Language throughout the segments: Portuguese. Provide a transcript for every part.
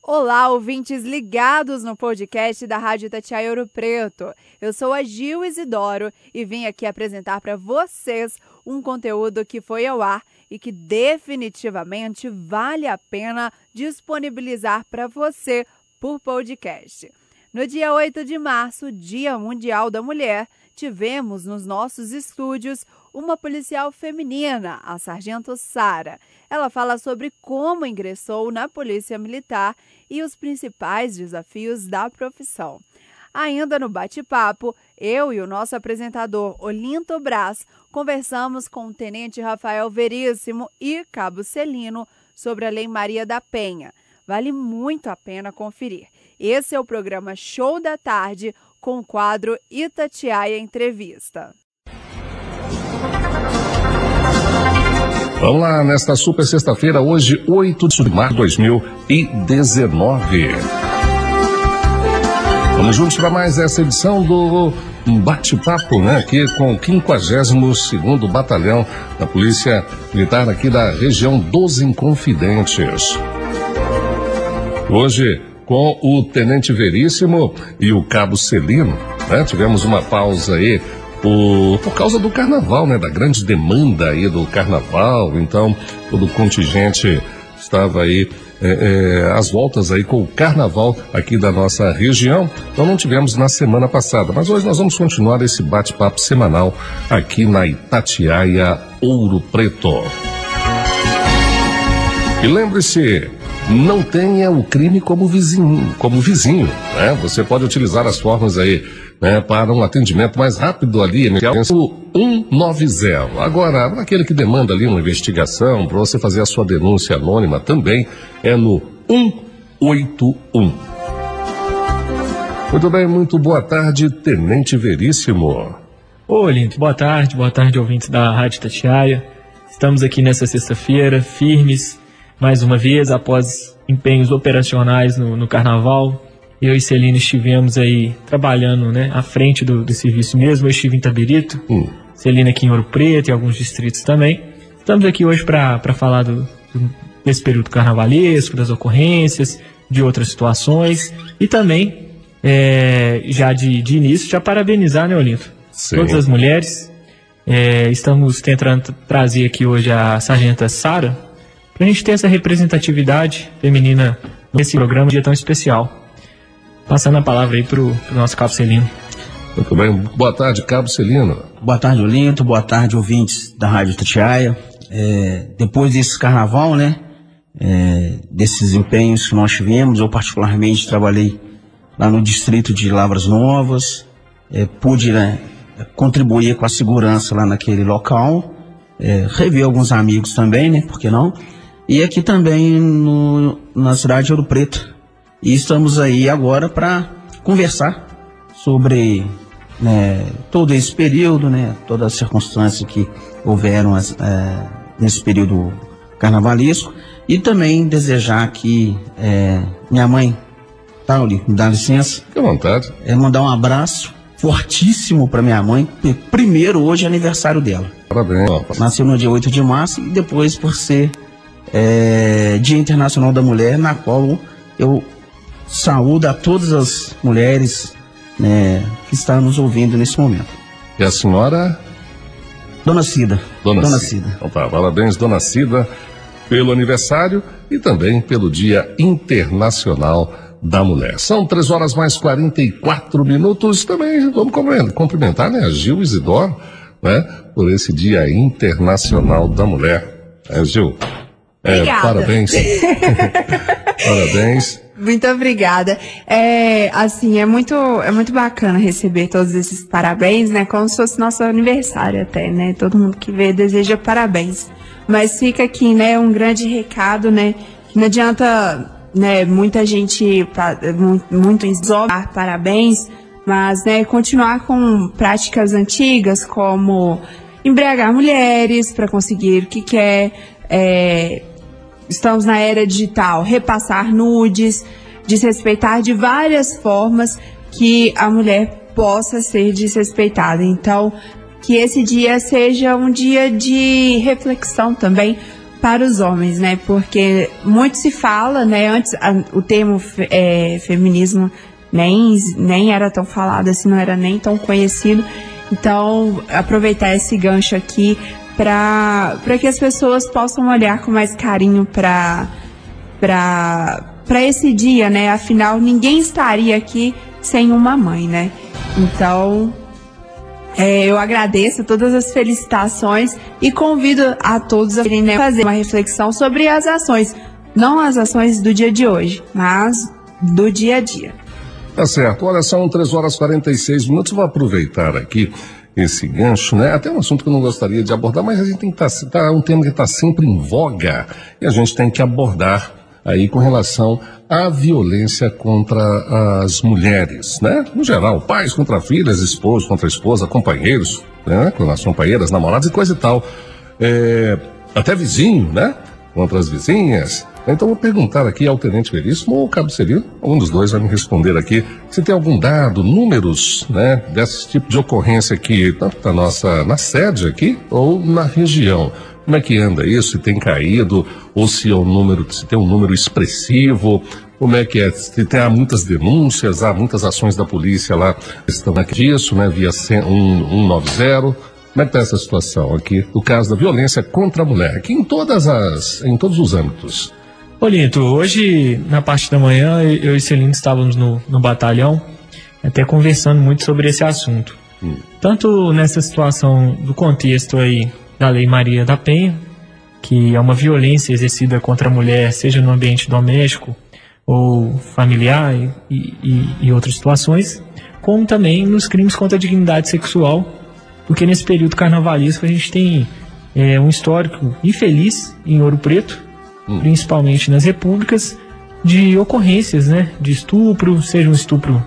Olá, ouvintes ligados no podcast da Rádio Itatiaia Ouro Preto. Eu sou a Gil Isidoro e vim aqui apresentar para vocês um conteúdo que foi ao ar e que definitivamente vale a pena disponibilizar para você por podcast. No dia 8 de março, Dia Mundial da Mulher, tivemos nos nossos estúdios uma policial feminina, a Sargento Sara. Ela fala sobre como ingressou na Polícia Militar e os principais desafios da profissão. Ainda no bate-papo, eu e o nosso apresentador Olinto Braz conversamos com o Tenente Rafael Veríssimo e Cabo Celino sobre a Lei Maria da Penha. Vale muito a pena conferir. Esse é o programa Show da Tarde com o quadro Itatiaia Entrevista. Vamos lá, nesta super sexta-feira, hoje, 8 de março de 2019. Vamos juntos para mais essa edição do bate-papo, né? Aqui com o 52º Batalhão da Polícia Militar aqui da região dos Inconfidentes. Hoje, com o Tenente Veríssimo e o Cabo Celino, né? Tivemos uma pausa aí por causa do carnaval, né? Da grande demanda aí do carnaval. Então, todo o contingente estava aí às voltas aí com o carnaval aqui da nossa região. Então não tivemos na semana passada, mas hoje nós vamos continuar esse bate-papo semanal aqui na Itatiaia Ouro Preto. E lembre-se, não tenha o crime como vizinho, né? Você pode utilizar as formas aí, né, para um atendimento mais rápido ali, no 190. Agora, aquele que demanda ali uma investigação, para você fazer a sua denúncia anônima, também é no 181. Muito bem, muito boa tarde, Tenente Veríssimo. Ô, Linto, boa tarde, ouvintes da Rádio Itatiaia. Estamos aqui nessa sexta-feira, firmes, mais uma vez, após empenhos operacionais no Carnaval. Eu e Celina estivemos aí trabalhando, né, à frente do serviço mesmo. Eu estive em Itabirito, Celina aqui em Ouro Preto e alguns distritos também. Estamos aqui hoje para falar desse período carnavalesco, das ocorrências, de outras situações e também, já de início, já parabenizar, né, Olinto? Sim. Todas as mulheres. Estamos tentando trazer aqui hoje a Sargenta Sara para a gente ter essa representatividade feminina nesse programa, um dia tão especial. Passando a palavra aí pro nosso Cabo Celino. Muito bem. Boa tarde, Cabo Celino. Boa tarde, Olinto. Boa tarde, ouvintes da Rádio Itatiaia. Depois desse carnaval, né? Desses empenhos que nós tivemos, eu particularmente trabalhei lá no distrito de Lavras Novas. Pude, né, contribuir com a segurança lá naquele local. Revi alguns amigos também, né? Por que não? E aqui também na cidade de Ouro Preto. E estamos aí agora para conversar sobre, né, todo esse período, né, todas as circunstâncias que houveram nesse período carnavalesco. E também desejar que minha mãe, tá, Oli, me dá licença? Fique à vontade. Mandar um abraço fortíssimo para minha mãe. Primeiro, hoje é aniversário dela. Parabéns. Nasceu no dia 8 de março e depois por ser Dia Internacional da Mulher, na qual eu saúdo a todas as mulheres, né, que estão nos ouvindo nesse momento. E a senhora? Dona Cida. Dona Cida. Opa, parabéns, Dona Cida, pelo aniversário e também pelo Dia Internacional da Mulher. São 3 horas mais 44 minutos. Também vamos cumprimentar, né, a Gil Isidoro, né, por esse Dia Internacional da Mulher. Gil, parabéns. Parabéns. Muito obrigada. É muito bacana receber todos esses parabéns, né? Como se fosse nosso aniversário até, né? Todo mundo que vê deseja parabéns. Mas fica aqui, né, um grande recado, né? Que não adianta, né, muita gente muito exaltar parabéns, mas, né, continuar com práticas antigas como embriagar mulheres para conseguir o que quer. Estamos na era digital, repassar nudes, desrespeitar de várias formas que a mulher possa ser desrespeitada. Então, que esse dia seja um dia de reflexão também para os homens, né? Porque muito se fala, né? Antes o termo feminismo nem era tão falado assim, não era nem tão conhecido. Então, aproveitar esse gancho aqui para que as pessoas possam olhar com mais carinho para esse dia, né? Afinal, ninguém estaria aqui sem uma mãe, né? Então, eu agradeço todas as felicitações e convido a todos a fazer uma reflexão sobre as ações, não as ações do dia de hoje, mas do dia a dia. Tá certo. Olha, são 3h46. Vou aproveitar aqui esse gancho, né? Até um assunto que eu não gostaria de abordar, mas a gente tem que tá um tema que está sempre em voga e a gente tem que abordar aí com relação à violência contra as mulheres, né? No geral, pais contra filhas, esposos contra esposa, companheiros, né? Com as companheiras, namorados e coisa e tal. Até vizinho, né? Contra as vizinhas. Então vou perguntar aqui ao Tenente Veríssimo ou ao Cabo Celino, um dos dois vai me responder aqui, se tem algum dado, números, né, desse tipo de ocorrência aqui, tanto na sede aqui ou na região. Como é que anda isso? Se tem caído ou se tem um número expressivo? Como é que é? Se há muitas denúncias, há muitas ações da polícia lá que estão aqui disso, né, via 190. Como é que está essa situação aqui, no caso da violência contra a mulher, aqui em todos os âmbitos? Olito, hoje, na parte da manhã, eu e Celino estávamos no batalhão, até conversando muito sobre esse assunto. Tanto nessa situação do contexto aí da Lei Maria da Penha, que é uma violência exercida contra a mulher, seja no ambiente doméstico ou familiar e outras situações, como também nos crimes contra a dignidade sexual, porque nesse período carnavalesco a gente tem um histórico infeliz em Ouro Preto, principalmente nas repúblicas, de ocorrências, né, de estupro, seja um estupro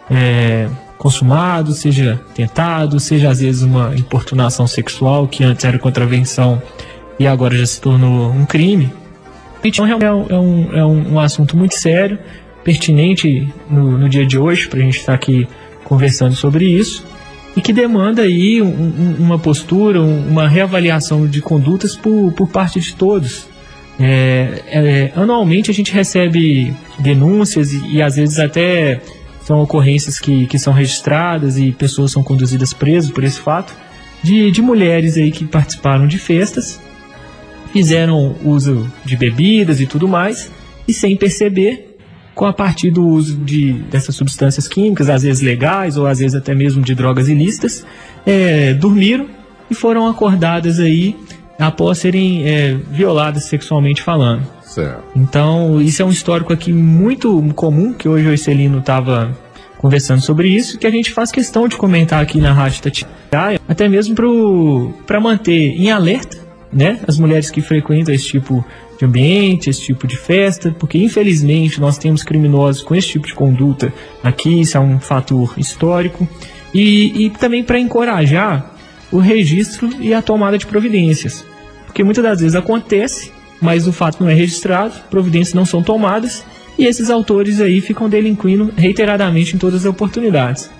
consumado, seja tentado, seja às vezes uma importunação sexual, que antes era contravenção e agora já se tornou um crime. Então é um assunto muito sério, pertinente no dia de hoje, para a gente estar aqui conversando sobre isso, e que demanda aí uma postura, uma reavaliação de condutas por parte de todos. Anualmente a gente recebe denúncias e às vezes até são ocorrências que são registradas e pessoas são conduzidas presas por esse fato, de mulheres aí que participaram de festas, fizeram uso de bebidas e tudo mais, e sem perceber, a partir do uso dessas substâncias químicas, às vezes legais ou às vezes até mesmo de drogas ilícitas, dormiram e foram acordadas aí após serem violadas sexualmente falando. Certo. Então, isso é um histórico aqui muito comum, que hoje o Celino estava conversando sobre isso, que a gente faz questão de comentar aqui na Rádio Itatiaia, até mesmo para manter em alerta, né, as mulheres que frequentam esse tipo de ambiente, esse tipo de festa, porque infelizmente nós temos criminosos com esse tipo de conduta aqui, isso é um fator histórico, e também para encorajar o registro e a tomada de providências, porque muitas das vezes acontece, mas o fato não é registrado, providências não são tomadas e esses autores aí ficam delinquindo reiteradamente em todas as oportunidades.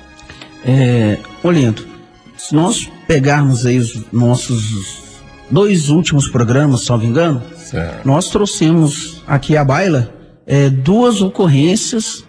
Olinto, se nós pegarmos aí os nossos 2 últimos programas, salvo engano, certo, nós trouxemos aqui à baila 2 ocorrências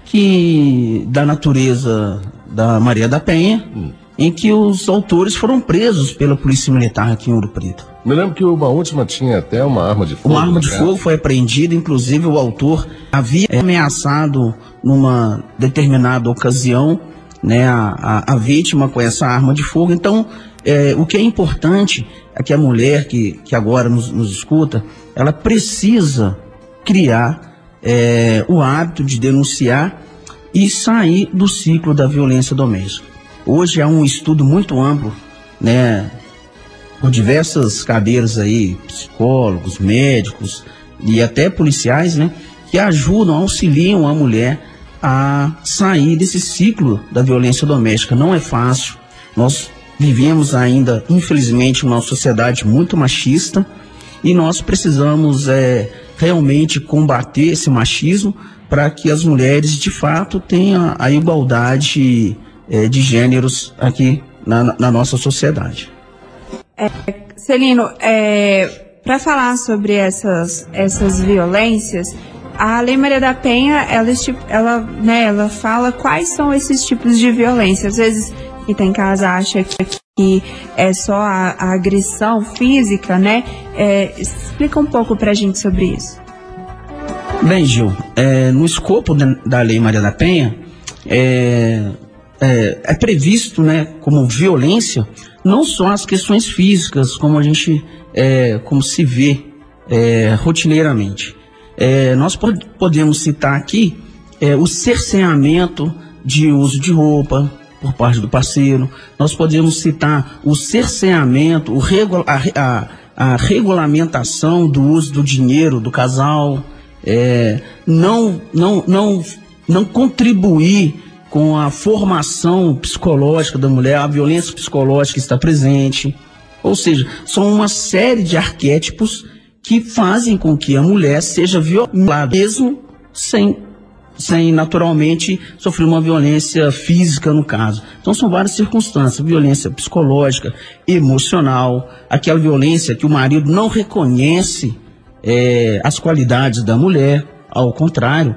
da natureza da Maria da Penha, em que os autores foram presos pela Polícia Militar aqui em Ouro Preto. Me lembro que uma última tinha até uma arma de fogo. Uma arma de fogo foi apreendida, inclusive o autor havia ameaçado numa determinada ocasião, né, a vítima com essa arma de fogo. Então, o que é importante é que a mulher que agora nos escuta, ela precisa criar o hábito de denunciar e sair do ciclo da violência doméstica. Hoje há um estudo muito amplo, né, por diversas cadeiras aí, psicólogos, médicos e até policiais, né, que ajudam, auxiliam a mulher a sair desse ciclo da violência doméstica. Não é fácil. Nós vivemos ainda, infelizmente, uma sociedade muito machista e nós precisamos realmente combater esse machismo para que as mulheres, de fato, tenham a igualdade de gêneros aqui na nossa sociedade. Celino, para falar sobre essas violências, a Lei Maria da Penha, ela fala quais são esses tipos de violência. Às vezes, quem tá em casa acha que é só a agressão física, né? Explica um pouco pra gente sobre isso. Bem, Gil, no escopo da Lei Maria da Penha, é previsto, né, como violência, não só as questões físicas, como se vê rotineiramente. Nós podemos citar aqui o cerceamento de uso de roupa por parte do parceiro. Nós podemos citar o cerceamento, a regulamentação do uso do dinheiro do casal, não contribuir com a formação psicológica da mulher, a violência psicológica está presente. Ou seja, são uma série de arquétipos que fazem com que a mulher seja violada, mesmo sem naturalmente sofrer uma violência física no caso. Então são várias circunstâncias: violência psicológica, emocional, aquela violência que o marido não reconhece as qualidades da mulher, ao contrário,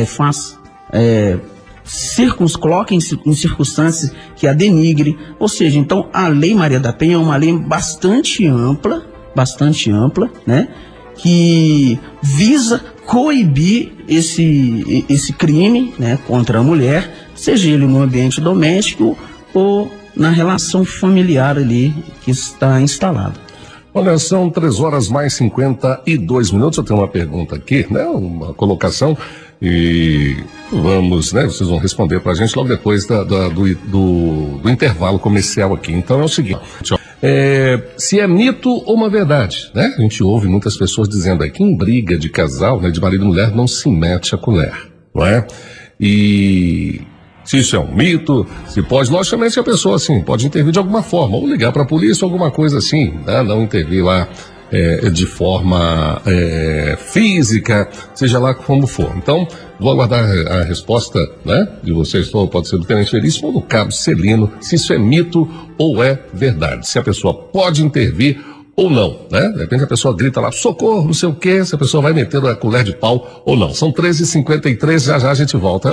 coloca em circunstâncias que a denigre. Ou seja, então a Lei Maria da Penha é uma lei bastante ampla, né, que visa coibir esse crime, né, contra a mulher, seja ele no ambiente doméstico ou na relação familiar ali que está instalada. Olha, são 3h mais 52. Eu tenho uma pergunta aqui, né, uma colocação, e vamos, né, vocês vão responder pra gente logo depois do intervalo comercial aqui. Então é o seguinte, se é mito ou uma verdade, né? A gente ouve muitas pessoas dizendo aí que em briga de casal, né, de marido e mulher, não se mete a colher, não é? E se isso é um mito, se pode, logicamente a pessoa assim pode intervir de alguma forma, ou ligar para a polícia, alguma coisa assim, né? Não intervir lá de forma física, seja lá como for. Então, vou aguardar a resposta, né, de vocês, pode ser do Tenente Veríssimo ou do Cabo Celino, se isso é mito ou é verdade, se a pessoa pode intervir ou não, né? De repente a pessoa grita lá, socorro, não sei o quê, se a pessoa vai meter a colher de pau ou não. São 13h53, já a gente volta.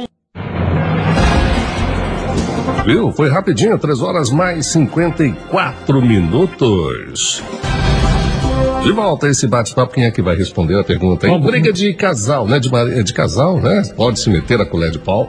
Viu? Foi rapidinho, 3h mais 54. De volta a esse bate-papo, quem é que vai responder a pergunta aí? Briga de casal, né? De casal, né? Pode se meter a colher de pau.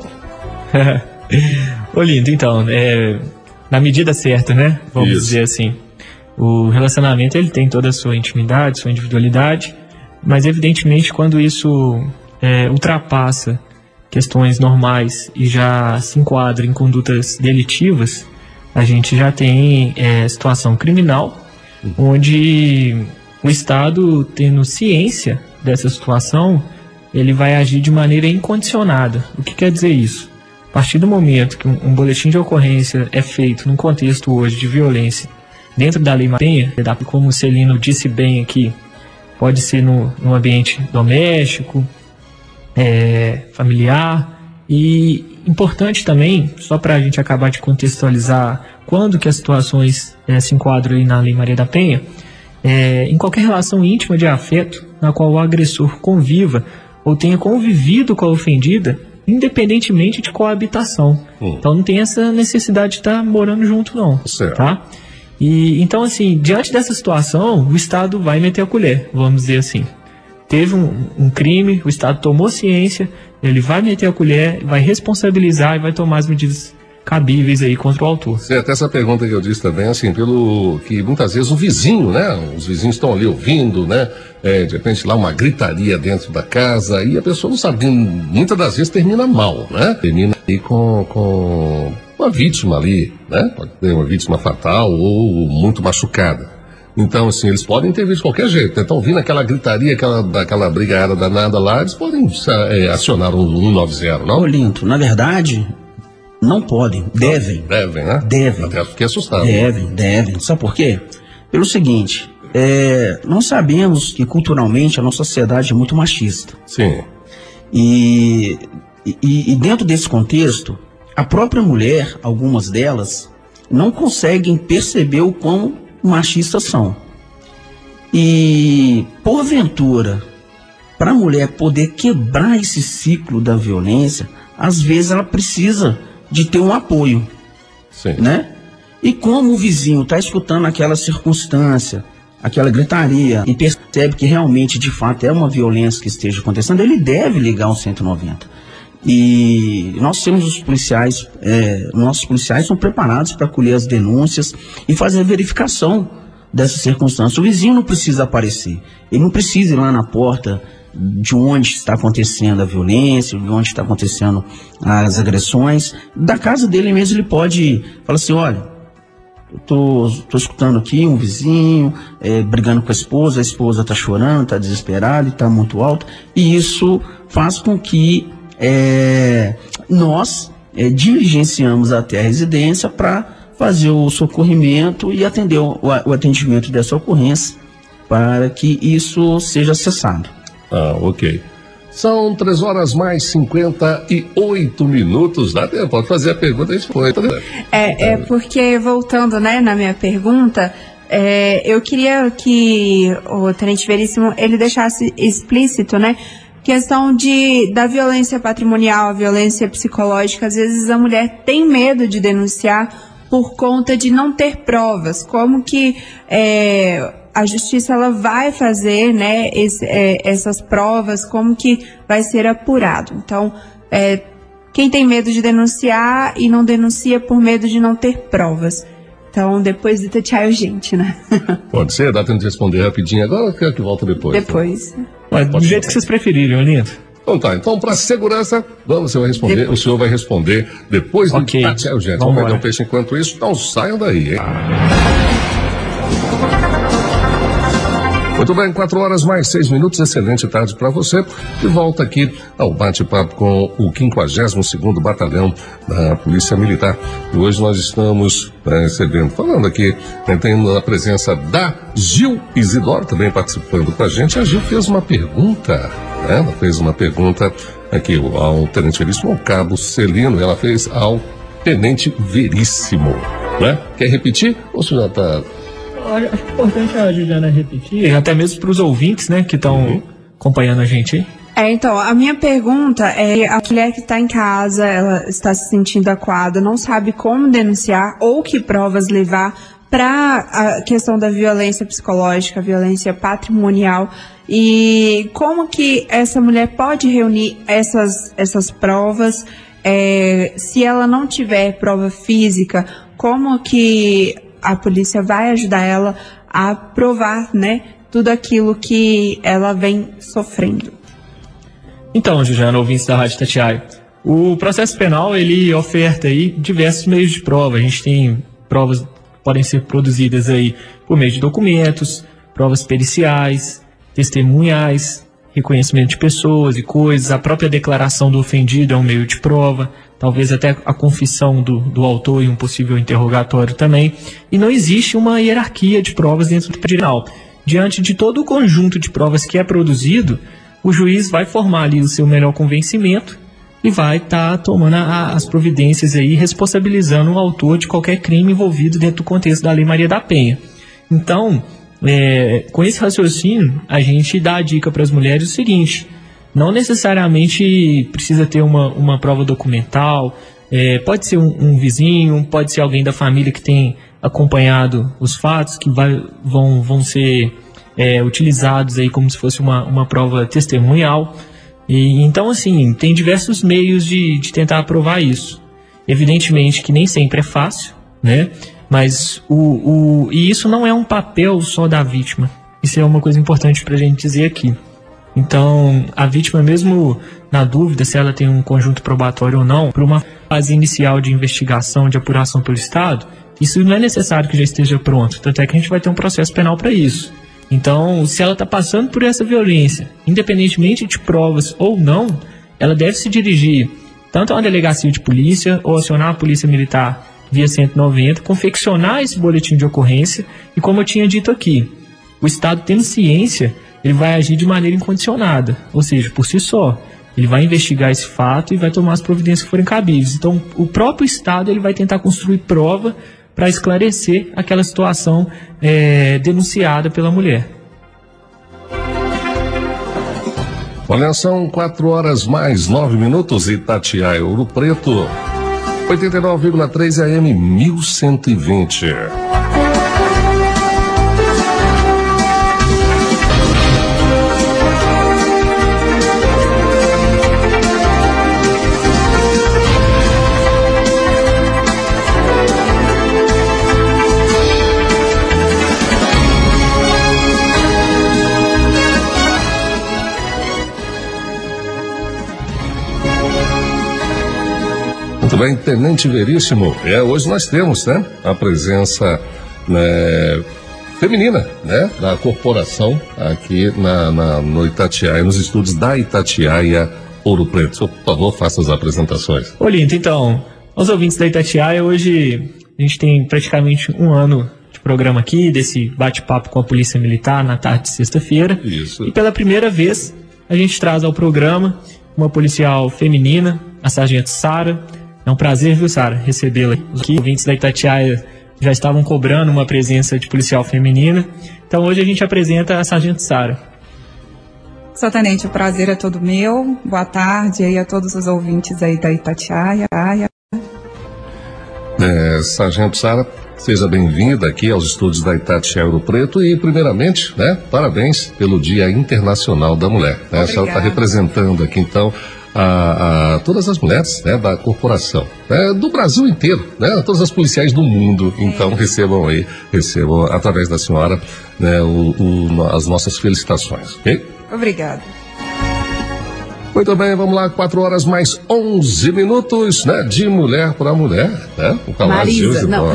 Ô, lindo, então, na medida certa, né? Vamos dizer assim. O relacionamento, ele tem toda a sua intimidade, sua individualidade, mas evidentemente quando isso ultrapassa questões normais e já se enquadra em condutas delitivas, a gente já tem situação criminal, onde o Estado, tendo ciência dessa situação, ele vai agir de maneira incondicionada. O que quer dizer isso? A partir do momento que um boletim de ocorrência é feito num contexto hoje de violência dentro da Lei Maria da Penha, como o Celino disse bem aqui, pode ser no ambiente doméstico, familiar, e importante também, só para a gente acabar de contextualizar quando que as situações se enquadram aí na Lei Maria da Penha, em qualquer relação íntima de afeto na qual o agressor conviva ou tenha convivido com a ofendida, independentemente de coabitação. Então não tem essa necessidade de estar morando junto não, tá? E então assim, diante dessa situação, o Estado vai meter a colher, vamos dizer assim. Teve um crime, o Estado tomou ciência, ele vai meter a colher, vai responsabilizar e vai tomar as medidas cabíveis aí contra o autor. Certo, essa pergunta que eu disse também, assim, pelo que muitas vezes o vizinho, né, os vizinhos estão ali ouvindo, né, de repente lá uma gritaria dentro da casa e a pessoa não sabe, muitas das vezes termina mal, né, termina aí com uma vítima ali, né, pode ter uma vítima fatal ou muito machucada. Então, assim, eles podem intervir de qualquer jeito. Estão ouvindo aquela gritaria, aquela brigada danada lá, eles podem acionar um 190, não? Ô, Lindo, na verdade, não podem, devem. Devem, né? Devem. Até fiquei assustado. Devem. Sabe por quê? Pelo seguinte, nós sabemos que culturalmente a nossa sociedade é muito machista. Sim. E dentro desse contexto, a própria mulher, algumas delas, não conseguem perceber o quão machistas são. E, porventura, para a mulher poder quebrar esse ciclo da violência, às vezes ela precisa de ter um apoio. Sim. Né? E como o vizinho está escutando aquela circunstância, aquela gritaria, e percebe que realmente, de fato, é uma violência que esteja acontecendo, ele deve ligar o 190. E nós temos os policiais, nossos policiais são preparados para colher as denúncias e fazer a verificação dessa circunstância. O vizinho não precisa aparecer, ele não precisa ir lá na porta de onde está acontecendo a violência, de onde está acontecendo as agressões. Da casa dele mesmo ele pode falar assim, olha, eu tô escutando aqui um vizinho brigando com a esposa está chorando, está desesperado e está muito alto, e isso faz com que nós diligenciamos até a residência para fazer o socorrimento e atender o atendimento dessa ocorrência para que isso seja cessado. Ah, ok. São 3h mais 58 minutos. Dá tempo, pode fazer a pergunta. Porque, voltando, né, na minha pergunta, eu queria que o Tenente Veríssimo ele deixasse explícito, né, questão da violência patrimonial, a violência psicológica. Às vezes a mulher tem medo de denunciar por conta de não ter provas. Como que a justiça ela vai fazer, né, essas provas, como que vai ser apurado? Então, quem tem medo de denunciar e não denuncia por medo de não ter provas. Então, depois do Itatiaia urgente, né? Pode ser, dá tempo de responder rapidinho agora ou quer que volta depois? Depois. Mas do jeito que vocês preferirem, Olinda. Então tá, então para segurança, você vai responder, depois. O senhor vai responder depois do Itatiaia urgente. Vamos pegar um peixe enquanto isso, não saiam daí, hein? Muito bem, 4h mais 6 minutos, excelente tarde para você. De volta aqui ao bate-papo com o 52º Batalhão da Polícia Militar. E hoje nós estamos recebendo, falando aqui, tendo a presença da Gil Isidoro, também participando com a gente. A Gil fez uma pergunta, né? Ela fez uma pergunta aqui ao Tenente Veríssimo, ao Cabo Celino, ela fez ao Tenente Veríssimo, né? Quer repetir ou o senhor já está... Acho importante a Juliana repetir, até mesmo para os ouvintes, né, que estão acompanhando a gente aí. Então, a minha pergunta é, a mulher que está em casa, ela está se sentindo acuada, não sabe como denunciar ou que provas levar para a questão da violência psicológica, violência patrimonial, e como que essa mulher pode reunir essas provas, se ela não tiver prova física, como que a polícia vai ajudar ela a provar, né, tudo aquilo que ela vem sofrendo. Então, Juliana, ouvintes da Rádio Itatiaia, o processo penal, ele oferta aí diversos meios de prova. A gente tem provas que podem ser produzidas aí por meio de documentos, provas periciais, testemunhais, reconhecimento de pessoas e coisas, a própria declaração do ofendido é um meio de prova, talvez até a confissão do autor e um possível interrogatório também. E não existe uma hierarquia de provas dentro do tribunal. Diante de todo o conjunto de provas que é produzido, o juiz vai formar ali o seu melhor convencimento e vai estar tomando as providências aí, responsabilizando o autor de qualquer crime envolvido dentro do contexto da Lei Maria da Penha. Então, com esse raciocínio, a gente dá a dica para as mulheres o seguinte: não necessariamente precisa ter uma prova documental, pode ser um vizinho, pode ser alguém da família que tem acompanhado os fatos, que vão ser utilizados aí como se fosse uma prova testemunhal. E, então, assim, tem diversos meios de tentar provar isso. Evidentemente que nem sempre é fácil, né? Mas e isso não é um papel só da vítima. Isso é uma coisa importante para a gente dizer aqui. Então, a vítima, mesmo na dúvida se ela tem um conjunto probatório ou não, para uma fase inicial de investigação, de apuração pelo Estado, isso não é necessário que já esteja pronto. Tanto é que a gente vai ter um processo penal para isso. Então, se ela está passando por essa violência, independentemente de provas ou não, ela deve se dirigir tanto a uma delegacia de polícia ou acionar a polícia militar via 190, confeccionar esse boletim de ocorrência e, como eu tinha dito aqui, o Estado tendo ciência, ele vai agir de maneira incondicionada, ou seja, por si só. Ele vai investigar esse fato e vai tomar as providências que forem cabíveis. Então, o próprio Estado ele vai tentar construir prova para esclarecer aquela situação denunciada pela mulher. Olha, são 4h mais 9 Itatiaia, Ouro Preto, 89,3 AM 1120. Muito bem, Tenente Veríssimo, hoje nós temos, né, a presença feminina, né, da corporação aqui no Itatiaia, nos estúdios da Itatiaia Ouro Preto. Senhor, por favor, faça as apresentações. Ô, Linto, então, aos ouvintes da Itatiaia, hoje a gente tem praticamente um ano de programa aqui, desse bate-papo com a Polícia Militar na tarde de sexta-feira. Isso. E pela primeira vez a gente traz ao programa uma policial feminina, a Sargento Sara. É um prazer, viu, Sara, recebê-la aqui. Os ouvintes da Itatiaia já estavam cobrando uma presença de policial feminina. Então hoje a gente apresenta a Sargento Sara. Sou Tenente, o prazer é todo meu. Boa tarde aí a todos os ouvintes aí da Itatiaia. Sargento Sara, seja bem-vinda aqui aos estúdios da Itatiaia Ouro Preto e, primeiramente, né, parabéns pelo Dia Internacional da Mulher. Né? A senhora está representando aqui, então, a todas as mulheres, né, da corporação, do Brasil inteiro, né, todas as policiais do mundo. Então recebam através da senhora, né, as nossas felicitações, ok? Obrigada. Muito bem, vamos lá, 4h mais 11, né, de mulher para mulher, né? O Marisa, não.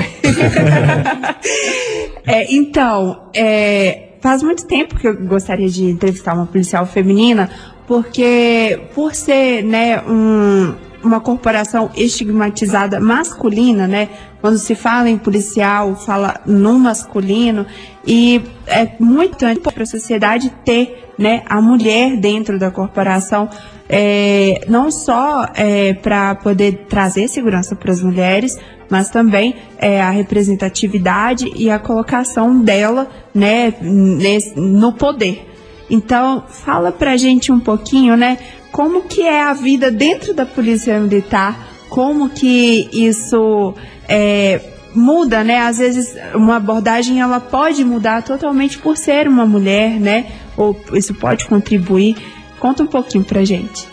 Faz muito tempo que eu gostaria de entrevistar uma policial feminina, porque por ser, né, uma corporação estigmatizada masculina, né, quando se fala em policial, fala no masculino, e é muito importante para a sociedade ter, né, a mulher dentro da corporação, não só para poder trazer segurança para as mulheres, mas também a representatividade e a colocação dela, né, no poder. Então, fala pra gente um pouquinho, né, como que é a vida dentro da Polícia Militar, como que isso muda, né, às vezes uma abordagem ela pode mudar totalmente por ser uma mulher, né, ou isso pode contribuir. Conta um pouquinho pra gente.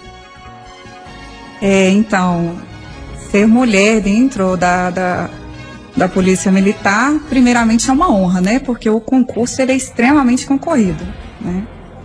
Então, ser mulher dentro da Polícia Militar, primeiramente é uma honra, né, porque o concurso ele é extremamente concorrido, né.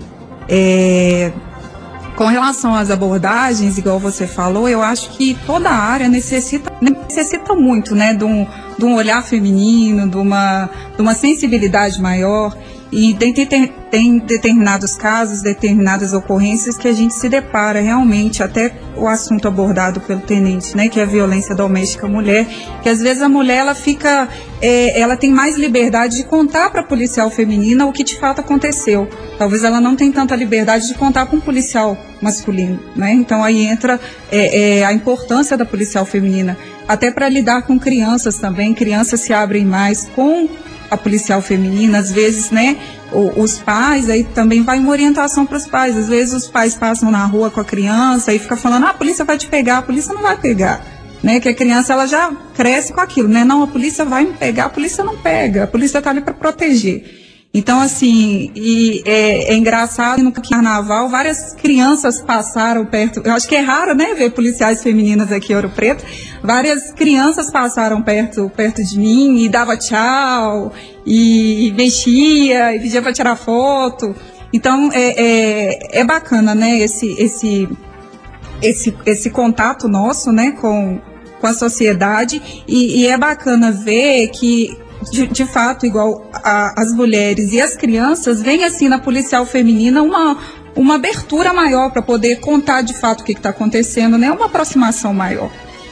Com relação às abordagens, igual você falou, eu acho que toda área necessita muito, né, de um olhar feminino, de uma sensibilidade maior. E tem determinados casos, determinadas ocorrências que a gente se depara realmente, até o assunto abordado pelo tenente, né, que é a violência doméstica à mulher, que às vezes a mulher ela tem mais liberdade de contar para a policial feminina o que de fato aconteceu. Talvez ela não tenha tanta liberdade de contar para um policial masculino, né? Então aí entra a importância da policial feminina, até para lidar com crianças também. Crianças se abrem mais com a policial feminina, às vezes, né, os pais, aí também vai uma orientação para os pais, às vezes os pais passam na rua com a criança e fica falando, a polícia vai te pegar, a polícia não vai pegar, né, que a criança ela já cresce com aquilo, né, não, a polícia vai me pegar, a polícia não pega, a polícia está ali para proteger. Então, assim, é engraçado, no carnaval, várias crianças passaram perto, eu acho que é raro, né, ver policiais femininas aqui em Ouro Preto, várias crianças passaram perto de mim e dava tchau, e mexia, e pedia para tirar foto. Então, é bacana, né, esse contato nosso, né, com a sociedade, e é bacana ver que de fato, igual as mulheres e as crianças, vem assim na policial feminina uma abertura maior para poder contar de fato o que está acontecendo, né? Uma aproximação maior.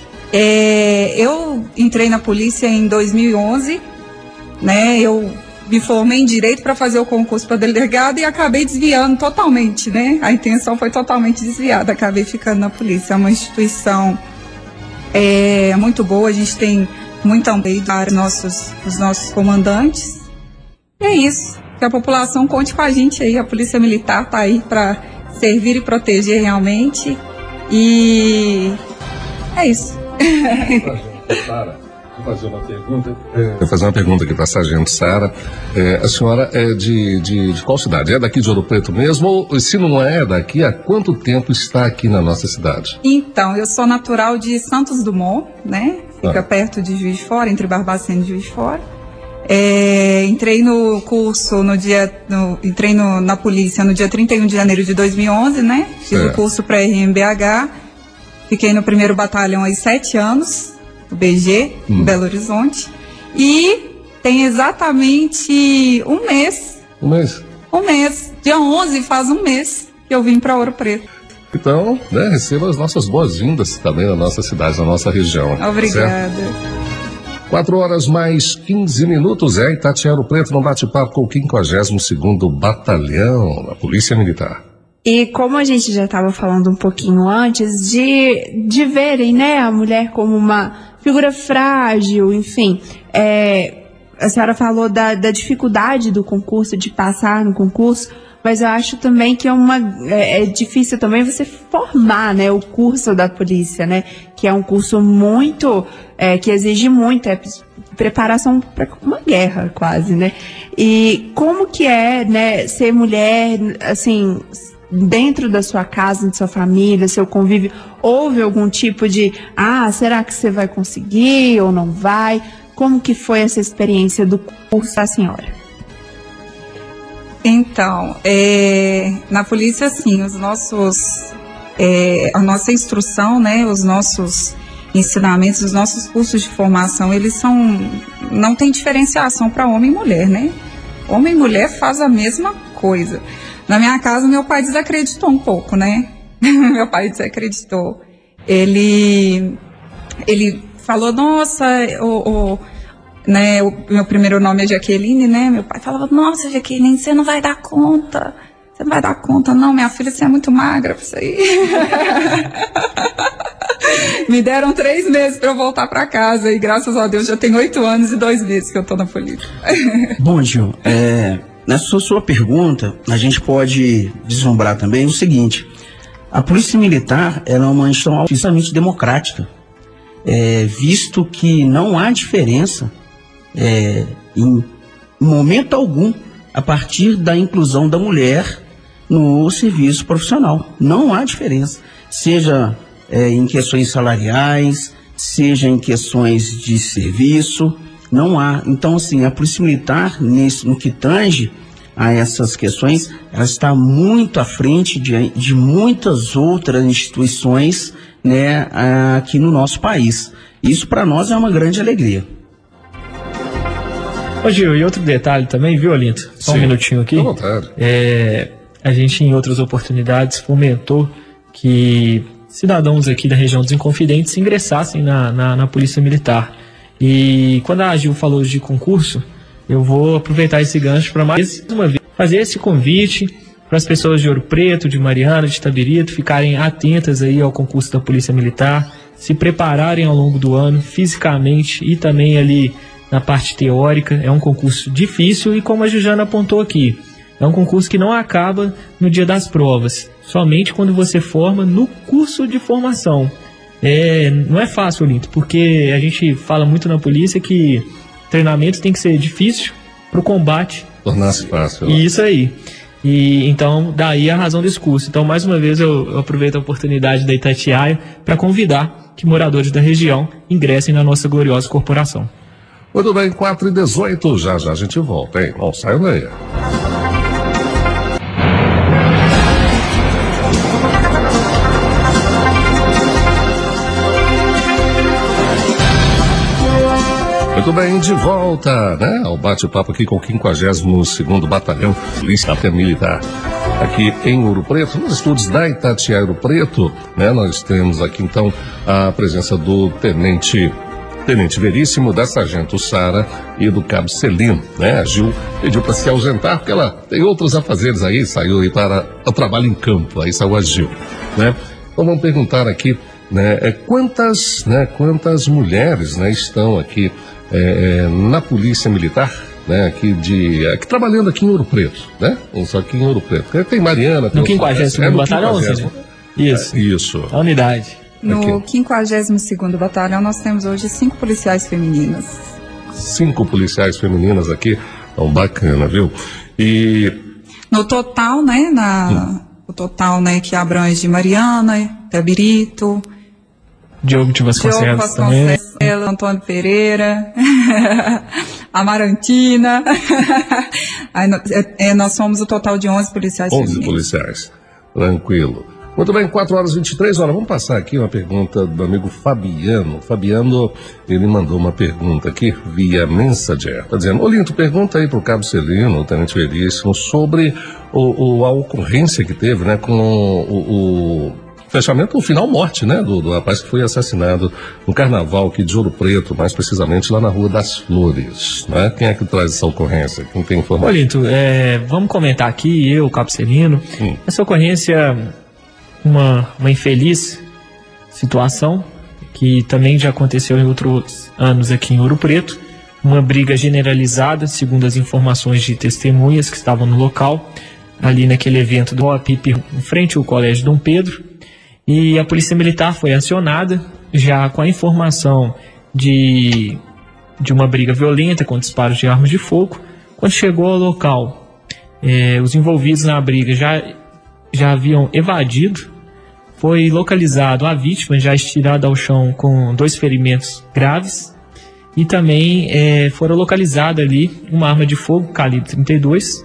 Eu entrei na polícia em 2011, né? Eu me formei em Direito para fazer o concurso para delegado e acabei desviando totalmente, né? A intenção foi totalmente desviada, acabei ficando na polícia. É uma instituição muito boa, a gente tem muito apoio dos nossos comandantes. E é isso. Que a população conte com a gente aí. A Polícia Militar está aí para servir e proteger realmente. E é isso. Vou fazer uma pergunta aqui para a Sargento Sara. A senhora é de qual cidade? É daqui de Ouro Preto mesmo? Ou se não é daqui, há quanto tempo está aqui na nossa cidade? Então, eu sou natural de Santos Dumont, né? Fica perto de Juiz de Fora, entre Barbacena e Juiz de Fora. Entrei no curso entrei na polícia no dia 31 de janeiro de 2011, né? Fiz o curso pré-RMBH. Fiquei no 1º Batalhão há 7 anos. O BG, em Belo Horizonte. E tem exatamente um mês. Um mês? Um mês. Dia 11 faz um mês que eu vim para Ouro Preto. Então, né, receba as nossas boas-vindas também na nossa cidade, na nossa região. Obrigada. 4h mais 15. Itatiaia, Ouro Preto, no bate-papo com o 52º Batalhão da Polícia Militar. E como a gente já estava falando um pouquinho antes, de verem, né, a mulher como uma figura frágil, enfim, a senhora falou da dificuldade do concurso, de passar no concurso, mas eu acho também que é difícil também você formar, né, o curso da polícia, né, que é um curso muito, que exige muito, preparação para uma guerra quase, né, e como que é, né, ser mulher, assim, dentro da sua casa, da sua família, seu convívio, houve algum tipo de, será que você vai conseguir ou não vai? Como que foi essa experiência do curso da senhora? Então, na polícia, assim, a nossa instrução, né, os nossos ensinamentos, os nossos cursos de formação, eles não tem diferenciação para homem e mulher, né? Homem e mulher faz a mesma coisa. Na minha casa, meu pai desacreditou um pouco, né? Meu pai desacreditou. Ele falou, nossa, né, o meu primeiro nome é Jaqueline, né? Meu pai falava, nossa, Jaqueline, você não vai dar conta. Você não vai dar conta, não, minha filha, você é muito magra pra isso aí. Me deram 3 meses para eu voltar para casa e graças a Deus já tem 8 anos e 2 meses que eu tô na polícia. Bom, Gil, nessa sua pergunta, a gente pode vislumbrar também o seguinte: a Polícia Militar ela é uma instituição altamente democrática, visto que não há diferença em momento algum a partir da inclusão da mulher no serviço profissional. Não há diferença, seja em questões salariais, seja em questões de serviço, não há. Então, assim, a Polícia Militar, no que tange a essas questões, ela está muito à frente de muitas outras instituições, né, aqui no nosso país. Isso para nós é uma grande alegria. Ô Gil, e outro detalhe também, viu, Olinto? Só um minutinho aqui. À vontade. A gente, em outras oportunidades, fomentou que cidadãos aqui da região dos Inconfidentes ingressassem na Polícia Militar. E quando a Gil falou de concurso, eu vou aproveitar esse gancho para mais uma vez fazer esse convite para as pessoas de Ouro Preto, de Mariana, de Itabirito, ficarem atentas aí ao concurso da Polícia Militar, se prepararem ao longo do ano, fisicamente e também ali na parte teórica. É um concurso difícil e, como a Jujana apontou aqui, é um concurso que não acaba no dia das provas, somente quando você forma no curso de formação. Não é fácil, Olinto, porque a gente fala muito na polícia que treinamento tem que ser difícil para o combate tornar-se fácil. Isso aí. E então, daí a razão desse curso. Então, mais uma vez, eu aproveito a oportunidade da Itatiaia para convidar que moradores da região ingressem na nossa gloriosa corporação. Muito bem, 4h18, já a gente volta, hein? Não saiam daí. Muito bem, de volta, né, ao bate-papo aqui com o 52º Batalhão Polícia Militar, aqui em Ouro Preto, nos estúdios da Itatiaia Ouro Preto, né, nós temos aqui então a presença do Tenente Veríssimo, da Sargento Sara e do Cabo Celino, né, a Gil pediu para se ausentar porque ela tem outros afazeres aí, saiu aí para o trabalho em campo, aí saiu a Gil, né, então vamos perguntar aqui, né, quantas mulheres, né, estão aqui na Polícia Militar, né, aqui trabalhando aqui em Ouro Preto, né? Só que em Ouro Preto. Tem Mariana, tem no 52º Batalhão, né? Isso. A unidade. No 52º Batalhão nós temos hoje 5 policiais femininas. 5 policiais femininas aqui, então bacana, viu? E no total, né, o total, né, que abrange Mariana, Tabirito, Diogo de Vasconcelos também. Antônio Pereira, Amarantina. Nós somos o total de 11 policiais 11 femininos. policiais, tranquilo. Muito bem, 4h23, vamos passar aqui uma pergunta do amigo Fabiano. Fabiano, ele mandou uma pergunta aqui via Messenger. Está dizendo: Olinto, pergunta aí para o Cabo Celino, o Tenente Veríssimo, sobre a ocorrência que teve, né, com o fechamento, o final morte, né, do rapaz que foi assassinado no Carnaval aqui de Ouro Preto, mais precisamente lá na Rua das Flores, né? Quem é que traz essa ocorrência? Quem tem informação? Olinto, vamos comentar aqui, eu, Cabo Celino, essa ocorrência, uma infeliz situação, que também já aconteceu em outros anos aqui em Ouro Preto, uma briga generalizada, segundo as informações de testemunhas que estavam no local, ali naquele evento do OAPIP, em frente ao Colégio Dom Pedro. E a Polícia Militar foi acionada, já com a informação de uma briga violenta com disparos de armas de fogo. Quando chegou ao local, os envolvidos na briga já haviam evadido. Foi localizado a vítima, já estirada ao chão com 2 ferimentos graves. E também foram localizadas ali uma arma de fogo, calibre 32,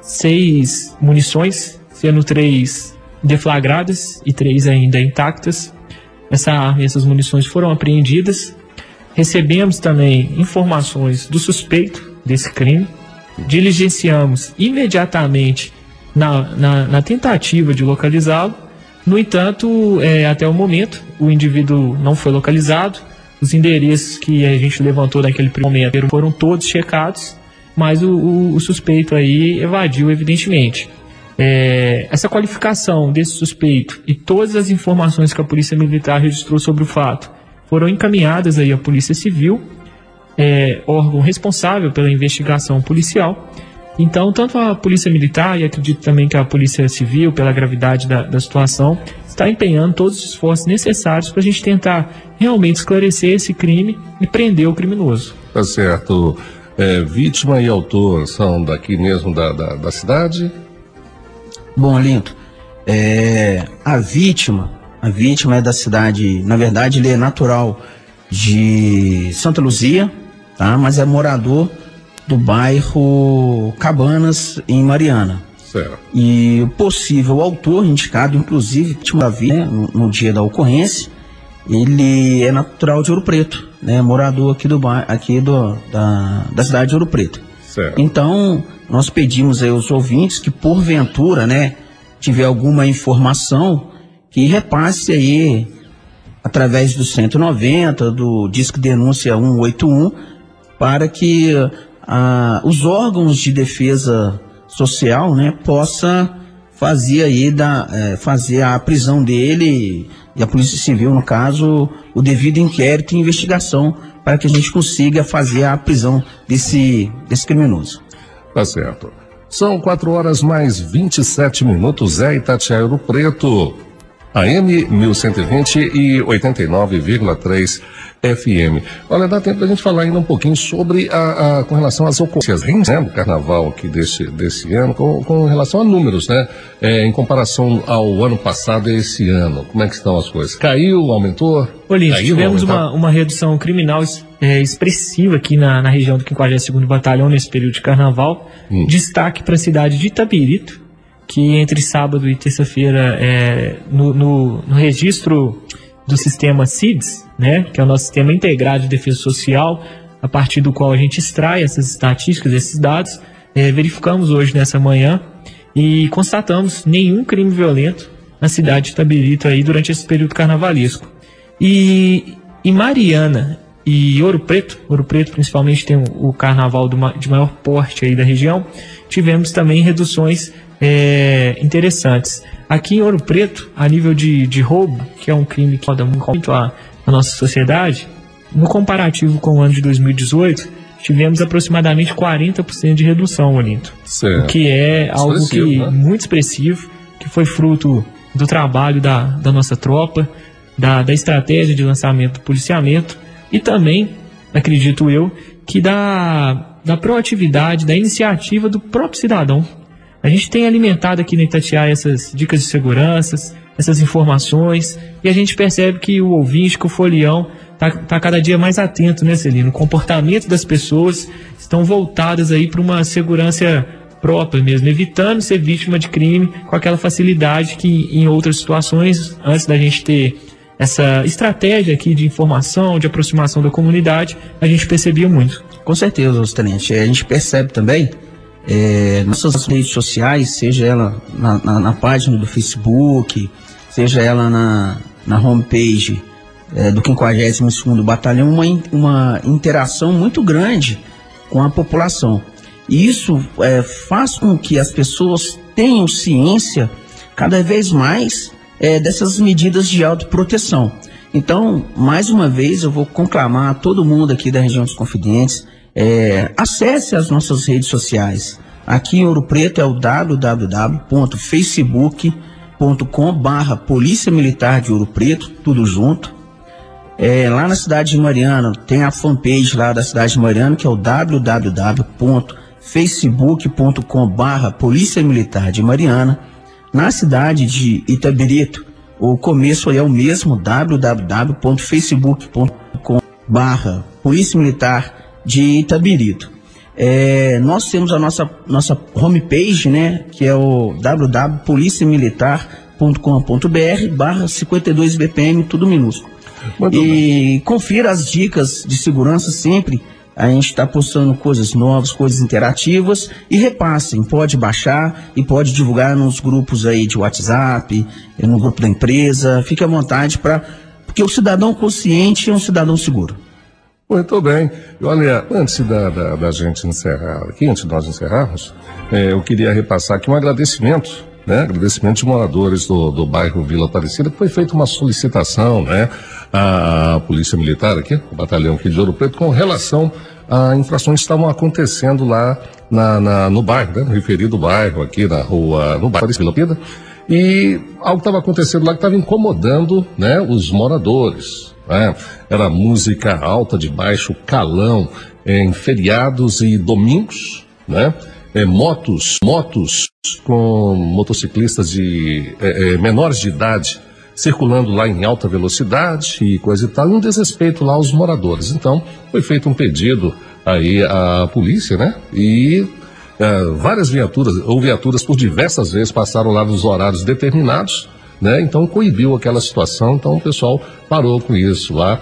6 munições, sendo 3 deflagradas e 3 ainda intactas. Essa arma e essas munições foram apreendidas. Recebemos também informações do suspeito desse crime. Diligenciamos imediatamente na tentativa de localizá-lo. No entanto, até o momento, o indivíduo não foi localizado. Os endereços que a gente levantou naquele primeiro momento foram todos checados, mas o suspeito aí evadiu, evidentemente. Essa qualificação desse suspeito e todas as informações que a Polícia Militar registrou sobre o fato foram encaminhadas aí à Polícia Civil, órgão responsável pela investigação policial. Então, tanto a Polícia Militar, e acredito também que a Polícia Civil, pela gravidade da situação, está empenhando todos os esforços necessários para a gente tentar realmente esclarecer esse crime e prender o criminoso. Tá certo. Vítima e autor são daqui mesmo da cidade? Bom, Olinto, a vítima é da cidade, na verdade ele é natural de Santa Luzia, tá? Mas é morador do bairro Cabanas, em Mariana. Certo. E o possível autor, indicado, inclusive, vítima, né, no dia da ocorrência, ele é natural de Ouro Preto, né? Morador aqui da cidade de Ouro Preto. Certo. Então, nós pedimos aí aos ouvintes que, porventura, né, tiver alguma informação, que repasse aí através do 190, do Disque Denúncia 181, para que os órgãos de defesa social, né, possa fazer aí fazer a prisão dele, e a Polícia Civil, no caso, o devido inquérito e investigação, para que a gente consiga fazer a prisão desse criminoso. Tá certo. São 4h27, Itatiaia, Ouro Preto, AM 1120 e 89,3 FM. Olha, dá tempo da gente falar ainda um pouquinho sobre com relação às ocorrências, né, do carnaval aqui desse ano, com relação a números, né? Em comparação ao ano passado e esse ano, como é que estão as coisas? Caiu, aumentou? Olinto, tivemos uma redução criminal expressiva aqui na região do 52º Batalhão nesse período de carnaval. Destaque para a cidade de Itabirito, que entre sábado e terça-feira, no registro do sistema CIDS, né, que é o nosso Sistema Integrado de Defesa Social, a partir do qual a gente extrai essas estatísticas, esses dados, verificamos hoje nessa manhã e constatamos nenhum crime violento na cidade de Itabirito aí durante esse período carnavalesco. E em Mariana e Ouro Preto principalmente tem o carnaval de maior porte aí da região, tivemos também reduções interessantes. Aqui em Ouro Preto, a nível de roubo, que é um crime que roda muito a nossa sociedade, no comparativo com o ano de 2018, tivemos aproximadamente 40% de redução, Olinto. Certo. O que é algo que muito expressivo, que foi fruto do trabalho da nossa tropa, da estratégia de lançamento do policiamento e também, acredito eu, que da proatividade, da iniciativa do próprio cidadão. A gente tem alimentado aqui na Itatiaia essas dicas de segurança, essas informações, e a gente percebe que o ouvinte, que o folião, tá cada dia mais atento, né, Celino? O comportamento das pessoas estão voltadas aí para uma segurança própria mesmo, evitando ser vítima de crime com aquela facilidade que em outras situações, antes da gente ter essa estratégia aqui de informação, de aproximação da comunidade, a gente percebia muito. Com certeza, Tenente. A gente percebe também nossas redes sociais, seja ela na página do Facebook, seja ela na homepage do 52º Batalhão, uma interação muito grande com a população. E isso faz com que as pessoas tenham ciência cada vez mais dessas medidas de autoproteção. Então, mais uma vez, eu vou conclamar a todo mundo aqui da região dos Confidentes, acesse as nossas redes sociais. Aqui em Ouro Preto é o www.facebook.com/Polícia Militar de Ouro Preto, tudo junto. Lá na cidade de Mariana, tem a fanpage lá da cidade de Mariana, que é o www.facebook.com/Polícia Militar de Mariana. Na cidade de Itabirito, o começo é o mesmo, www.facebook.com/Polícia Militar de Itabirito. Nós temos a nossa homepage, né, que é o www.policiamilitar.com.br/52BPM, tudo minúsculo. E confira as dicas de segurança sempre. A gente está postando coisas novas, coisas interativas, e repassem, pode baixar e pode divulgar nos grupos aí de WhatsApp, no grupo da empresa, fique à vontade, porque o cidadão consciente é um cidadão seguro. Muito bem. E olha, antes da gente encerrar aqui, antes de nós encerrarmos, eu queria repassar aqui um agradecimento, né? Agradecimento de moradores do bairro Vila Aparecida, que foi feita uma solicitação, né? A Polícia Militar aqui, o batalhão aqui de Ouro Preto, com relação a infrações que estavam acontecendo lá no bairro, né? No referido bairro aqui no bairro de Vila Aparecida, e algo estava acontecendo lá que estava incomodando, né, os moradores. Era música alta de baixo calão em feriados e domingos, né? Motos com motociclistas de menores de idade circulando lá em alta velocidade e coisa e tal, e um desrespeito lá aos moradores. Então, foi feito um pedido aí à polícia, né? E várias viaturas por diversas vezes passaram lá nos horários determinados, né? Então coibiu aquela situação, então o pessoal parou com isso lá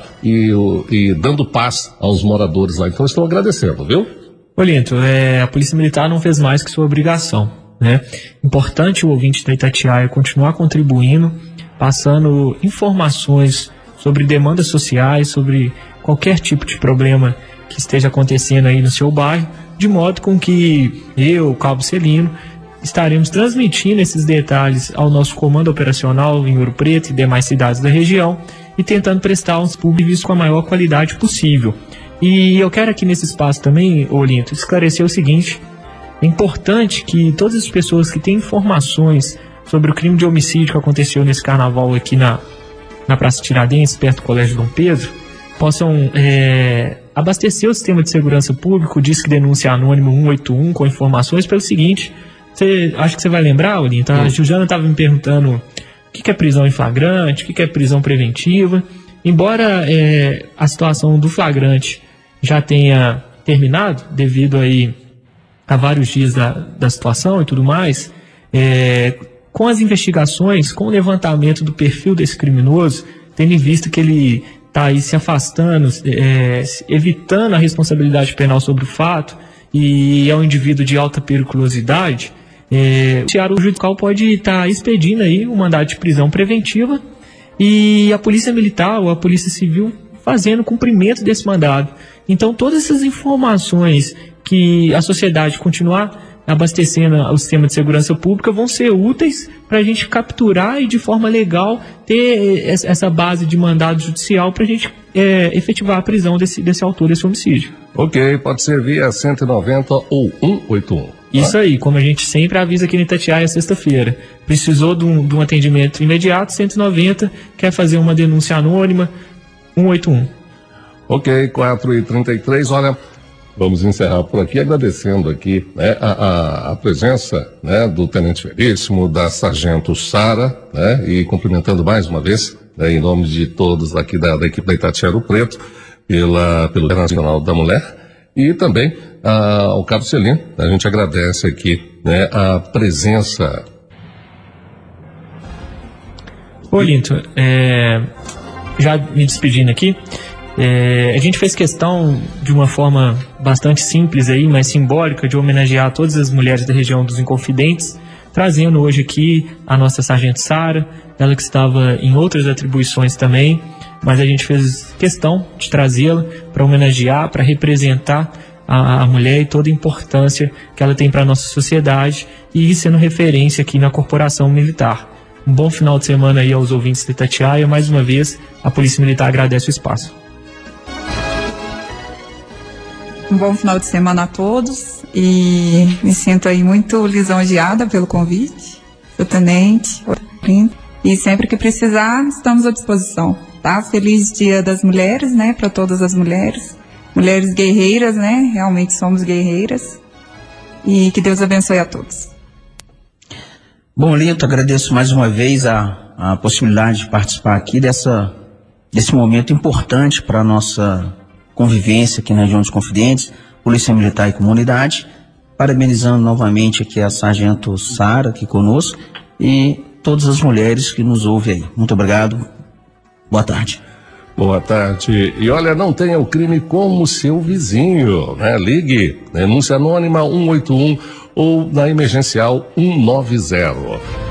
e dando paz aos moradores lá. Então estou agradecendo, viu? Olinto, a Polícia Militar não fez mais que sua obrigação, né? Importante o ouvinte da Itatiaia continuar contribuindo, passando informações sobre demandas sociais, sobre qualquer tipo de problema que esteja acontecendo aí no seu bairro, de modo com que eu, Cabo Celino, estaremos transmitindo esses detalhes ao nosso comando operacional em Ouro Preto e demais cidades da região e tentando prestar uns serviços com a maior qualidade possível. E eu quero aqui nesse espaço também, Olinto, esclarecer o seguinte: é importante que todas as pessoas que têm informações sobre o crime de homicídio que aconteceu nesse carnaval aqui na Praça Tiradentes, perto do Colégio Dom Pedro, possam abastecer o sistema de segurança público, o Disque Denúncia Anônimo 181, com informações pelo seguinte. Acho que você vai lembrar, Olinto, a Juliana estava me perguntando o que é prisão em flagrante, o que é prisão preventiva. Embora a situação do flagrante já tenha terminado, devido aí a vários dias da situação e tudo mais, com as investigações, com o levantamento do perfil desse criminoso, tendo em vista que ele está aí se afastando, evitando a responsabilidade penal sobre o fato, e é um indivíduo de alta periculosidade, o Judiciário Judicial pode estar expedindo aí um mandado de prisão preventiva e a Polícia Militar ou a Polícia Civil fazendo cumprimento desse mandado. Então, todas essas informações que a sociedade continuar abastecendo o sistema de segurança pública vão ser úteis para a gente capturar e de forma legal ter essa base de mandado judicial para a gente efetivar a prisão desse autor desse homicídio. Ok, pode ser via 190 ou 181. Isso aí, como a gente sempre avisa aqui no Itatiaia, sexta-feira. Precisou de um atendimento imediato, 190, quer fazer uma denúncia anônima, 181. Ok, 4h33, olha, vamos encerrar por aqui agradecendo aqui, né, a presença, né, do Tenente Veríssimo, da Sargento Sara, né, e cumprimentando mais uma vez, né, em nome de todos aqui da equipe da Itatiaia Ouro Preto, pelo Dia Nacional da Mulher, e também ao Cabo Celino. A gente agradece aqui, né, a presença. Ô Linton, já me despedindo aqui, a gente fez questão de uma forma bastante simples aí, mas simbólica, de homenagear todas as mulheres da região dos Inconfidentes, trazendo hoje aqui a nossa Sargento Sara, ela que estava em outras atribuições também, mas a gente fez questão de trazê-la para homenagear, para representar a mulher e toda a importância que ela tem para a nossa sociedade e sendo referência aqui na corporação militar. Um bom final de semana aí aos ouvintes de Itatiaia. Mais uma vez, a Polícia Militar agradece o espaço. Um bom final de semana a todos e me sinto aí muito lisonjeada pelo convite do tenente, e sempre que precisar estamos à disposição, tá? Feliz Dia das Mulheres, né, para todas as mulheres guerreiras, né, realmente somos guerreiras, e que Deus abençoe a todos. Bom, Lito, agradeço mais uma vez a possibilidade de participar aqui desse momento importante para a nossa convivência aqui na região dos Confidentes, Polícia Militar e Comunidade, parabenizando novamente aqui a Sargento Sara aqui conosco e todas as mulheres que nos ouvem aí. Muito obrigado, boa tarde. Boa tarde. E olha, não tenha o crime como seu vizinho, né? Ligue, denúncia anônima 181 ou na emergencial 190.